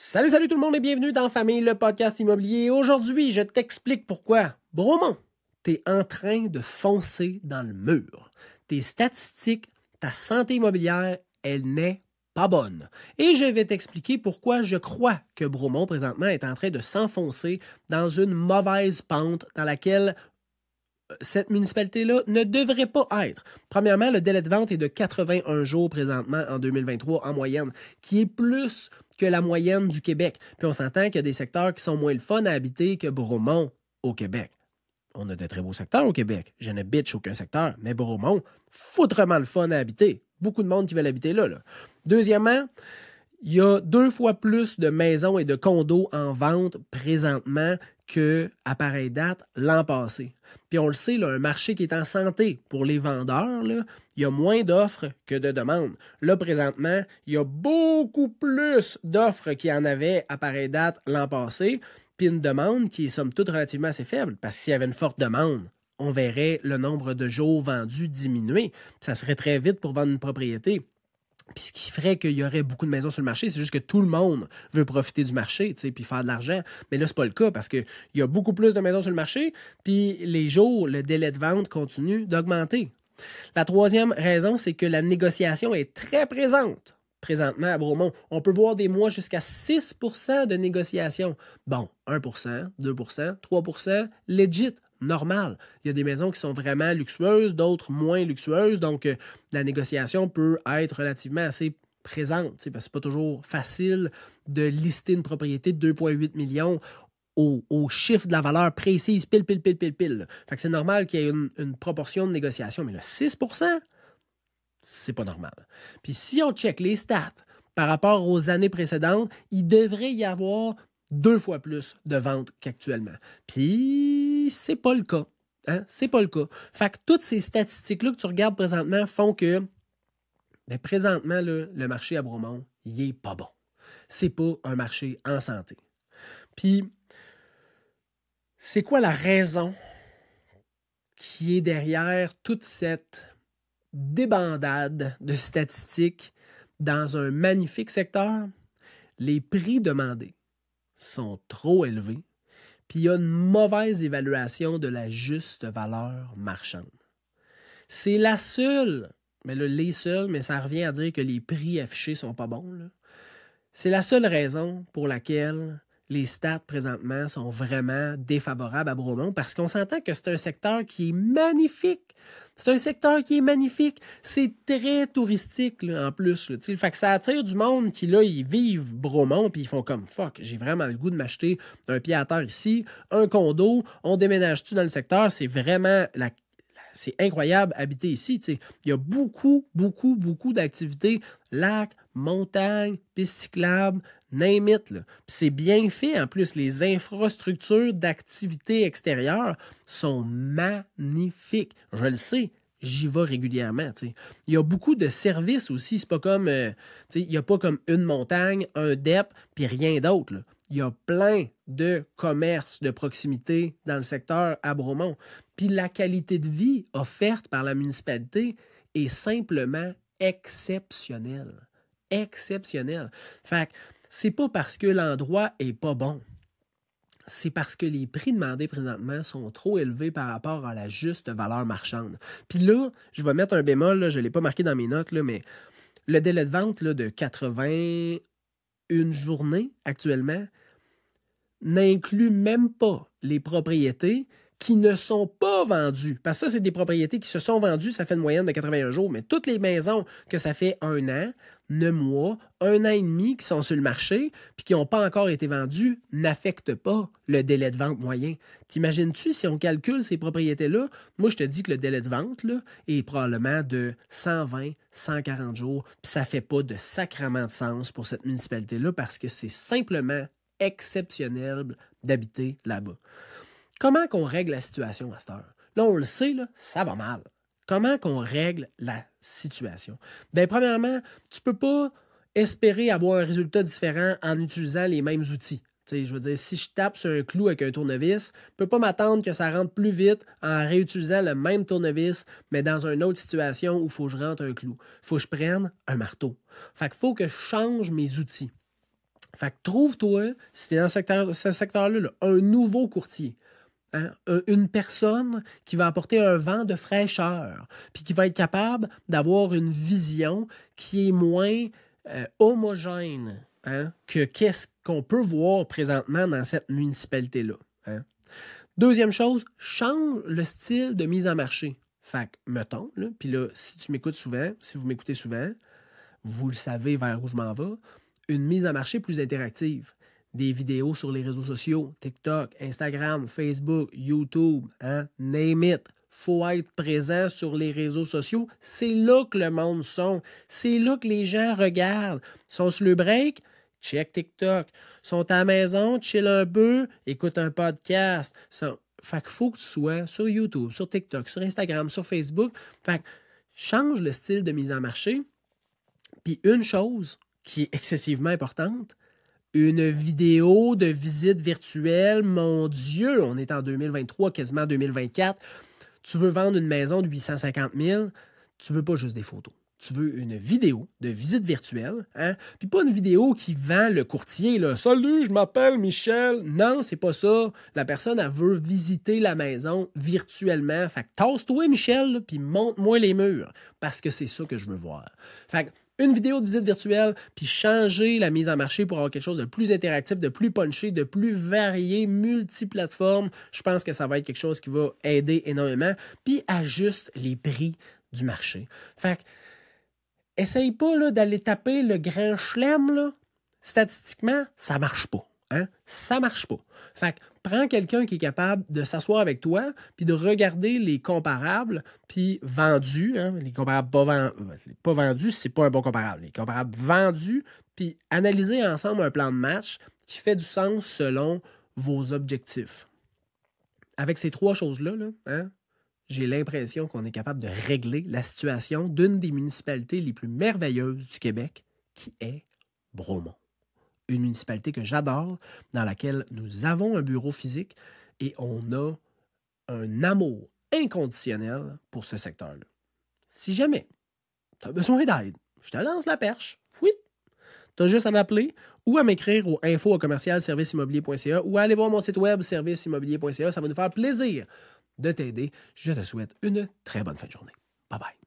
Salut tout le monde et bienvenue dans Famille, le podcast immobilier. Aujourd'hui, je t'explique pourquoi. Bromont, t'es en train de foncer dans le mur. Tes statistiques, ta santé immobilière, elle n'est pas bonne. Et je vais t'expliquer pourquoi je crois que Bromont, présentement, est en train de s'enfoncer dans une mauvaise pente dans laquelle cette municipalité-là ne devrait pas être. Premièrement, le délai de vente est de 81 jours présentement en 2023 en moyenne, qui est plus que la moyenne du Québec. Puis on s'entend qu'il y a des secteurs qui sont moins le fun à habiter que Bromont au Québec. On a de très beaux secteurs au Québec. Je ne bitch aucun secteur, mais Bromont, foutrement le fun à habiter. Beaucoup de monde qui veut habiter là. Deuxièmement, il y a 2 fois plus de maisons et de condos en vente présentement qu'à pareille date l'an passé. Puis on le sait, là, un marché qui est en santé pour les vendeurs, là, il y a moins d'offres que de demandes. Là, présentement, il y a beaucoup plus d'offres qu'il y en avait à pareille date l'an passé, puis une demande qui est somme toute relativement assez faible, parce que s'il y avait une forte demande, on verrait le nombre de jours vendus diminuer. Ça serait très vite pour vendre une propriété. Puis ce qui ferait qu'il y aurait beaucoup de maisons sur le marché, c'est juste que tout le monde veut profiter du marché, tu sais, puis faire de l'argent. Mais là, c'est pas le cas parce qu'il y a beaucoup plus de maisons sur le marché, puis les jours, le délai de vente continue d'augmenter. La troisième raison, c'est que la négociation est très présente. Présentement, à Bromont, on peut voir des mois jusqu'à 6 % de négociation. Bon, 1 %, 2 %, 3 % legit, normal. Il y a des maisons qui sont vraiment luxueuses, d'autres moins luxueuses, donc la négociation peut être relativement assez présente, parce que c'est pas toujours facile de lister une propriété de 2,8 millions au chiffre de la valeur précise, pile. Fait que c'est normal qu'il y ait une proportion de négociation, mais le 6 %, c'est pas normal. Puis si on check les stats par rapport aux années précédentes, il devrait y avoir 2 fois plus de ventes qu'actuellement. Puis c'est pas le cas. Hein? C'est pas le cas. Fait que toutes ces statistiques-là que tu regardes présentement font que présentement, là, le marché à Bromont, il est pas bon. C'est pas un marché en santé. Puis c'est quoi la raison qui est derrière toute cette débandade de statistiques dans un magnifique secteur? Les prix demandés sont trop élevés, puis il y a une mauvaise évaluation de la juste valeur marchande. C'est la seule, mais là, les seuls, mais ça revient à dire que les prix affichés sont pas bons, là. C'est la seule raison pour laquelle les stats présentement sont vraiment défavorables à Bromont, parce qu'on s'entend que c'est un secteur qui est magnifique. C'est un secteur qui est magnifique. C'est très touristique, là, en plus. Là, fait que ça attire du monde qui, là, ils vivent Bromont puis ils font comme « Fuck, j'ai vraiment le goût de m'acheter un pied à terre ici, un condo, on déménage-tu dans le secteur? » C'est vraiment c'est incroyable habiter ici. T'sais. Il y a beaucoup d'activités. Lacs, montagnes, pistes cyclables, name it. Là. Puis c'est bien fait. En plus, les infrastructures d'activités extérieures sont magnifiques. Je le sais. J'y vais régulièrement. T'sais. Il y a beaucoup de services aussi. C'est pas comme il n'y a pas comme une montagne, un DEP, puis rien d'autre. Là. Il y a plein de commerces de proximité dans le secteur à Bromont. Puis la qualité de vie offerte par la municipalité est simplement exceptionnelle. Exceptionnelle. Fait que c'est pas parce que l'endroit est pas bon. C'est parce que les prix demandés présentement sont trop élevés par rapport à la juste valeur marchande. Puis là, je vais mettre un bémol, là, je ne l'ai pas marqué dans mes notes, là, mais le délai de vente là, de 81 journées actuellement n'inclut même pas les propriétés qui ne sont pas vendues. Parce que ça, c'est des propriétés qui se sont vendues, ça fait une moyenne de 81 jours, mais toutes les maisons que ça fait 1 an, 9 mois, 1 an et demi qui sont sur le marché puis qui n'ont pas encore été vendues n'affectent pas le délai de vente moyen. T'imagines-tu si on calcule ces propriétés-là? Moi, je te dis que le délai de vente là, est probablement de 120, 140 jours, puis ça ne fait pas de sacrement de sens pour cette municipalité-là parce que c'est simplement exceptionnel d'habiter là-bas. Comment qu'on règle la situation à cette heure? Là, on le sait, là, ça va mal. Comment qu'on règle la situation? Bien, premièrement, tu ne peux pas espérer avoir un résultat différent en utilisant les mêmes outils. T'sais, je veux dire, si je tape sur un clou avec un tournevis, je ne peux pas m'attendre que ça rentre plus vite en réutilisant le même tournevis, mais dans une autre situation où il faut que je rentre un clou. Il faut que je prenne un marteau. Fait qu'il faut que je change mes outils. Fait que trouve-toi, si tu es dans ce secteur-là, là, un nouveau courtier. Hein, une personne qui va apporter un vent de fraîcheur, puis qui va être capable d'avoir une vision qui est moins homogène, hein, que qu'est-ce qu'on peut voir présentement dans cette municipalité-là. Hein. Deuxième chose, change le style de mise en marché. Fait que, mettons, puis là, si tu m'écoutes souvent, si vous m'écoutez souvent, vous le savez vers où je m'en vais, une mise en marché plus interactive. Des vidéos sur les réseaux sociaux, TikTok, Instagram, Facebook, YouTube, hein, name it. Faut être présent sur les réseaux sociaux. C'est là que le monde sont. C'est là que les gens regardent. Ils sont sur le break, check TikTok. Ils sont à la maison, chill un peu, écoute un podcast. Fait qu'il faut que tu sois sur YouTube, sur TikTok, sur Instagram, sur Facebook. Fait que change le style de mise en marché. Puis une chose qui est excessivement importante, une vidéo de visite virtuelle, mon Dieu, on est en 2023, quasiment 2024. Tu veux vendre une maison de 850 000, tu veux pas juste des photos. Tu veux une vidéo de visite virtuelle, hein? Puis pas une vidéo qui vend le courtier, là. Salut, je m'appelle Michel. Non, c'est pas ça. La personne, elle veut visiter la maison virtuellement. Fait que tasse-toi, Michel, là, puis montre-moi les murs. Parce que c'est ça que je veux voir. Fait que une vidéo de visite virtuelle, puis changer la mise en marché pour avoir quelque chose de plus interactif, de plus punché, de plus varié, multiplateforme. Je pense que ça va être quelque chose qui va aider énormément. Puis ajuste les prix du marché. Fait que essaye pas là, d'aller taper le grand chelem, là. Statistiquement, ça marche pas. Hein? Ça marche pas. Fait que prends quelqu'un qui est capable de s'asseoir avec toi puis de regarder les comparables puis vendus. Hein? Les comparables pas vendus, c'est pas un bon comparable. Les comparables vendus puis analyser ensemble un plan de match qui fait du sens selon vos objectifs. Avec ces trois choses-là, là, hein, j'ai l'impression qu'on est capable de régler la situation d'une des municipalités les plus merveilleuses du Québec, qui est Bromont. Une municipalité que j'adore, dans laquelle nous avons un bureau physique et on a un amour inconditionnel pour ce secteur-là. Si jamais tu as besoin d'aide, je te lance la perche. Oui. Tu as juste à m'appeler ou à m'écrire au info@serviceimmobilier.ca ou à aller voir mon site web serviceimmobilier.ca. Ça va nous faire plaisir de t'aider. Je te souhaite une très bonne fin de journée. Bye bye.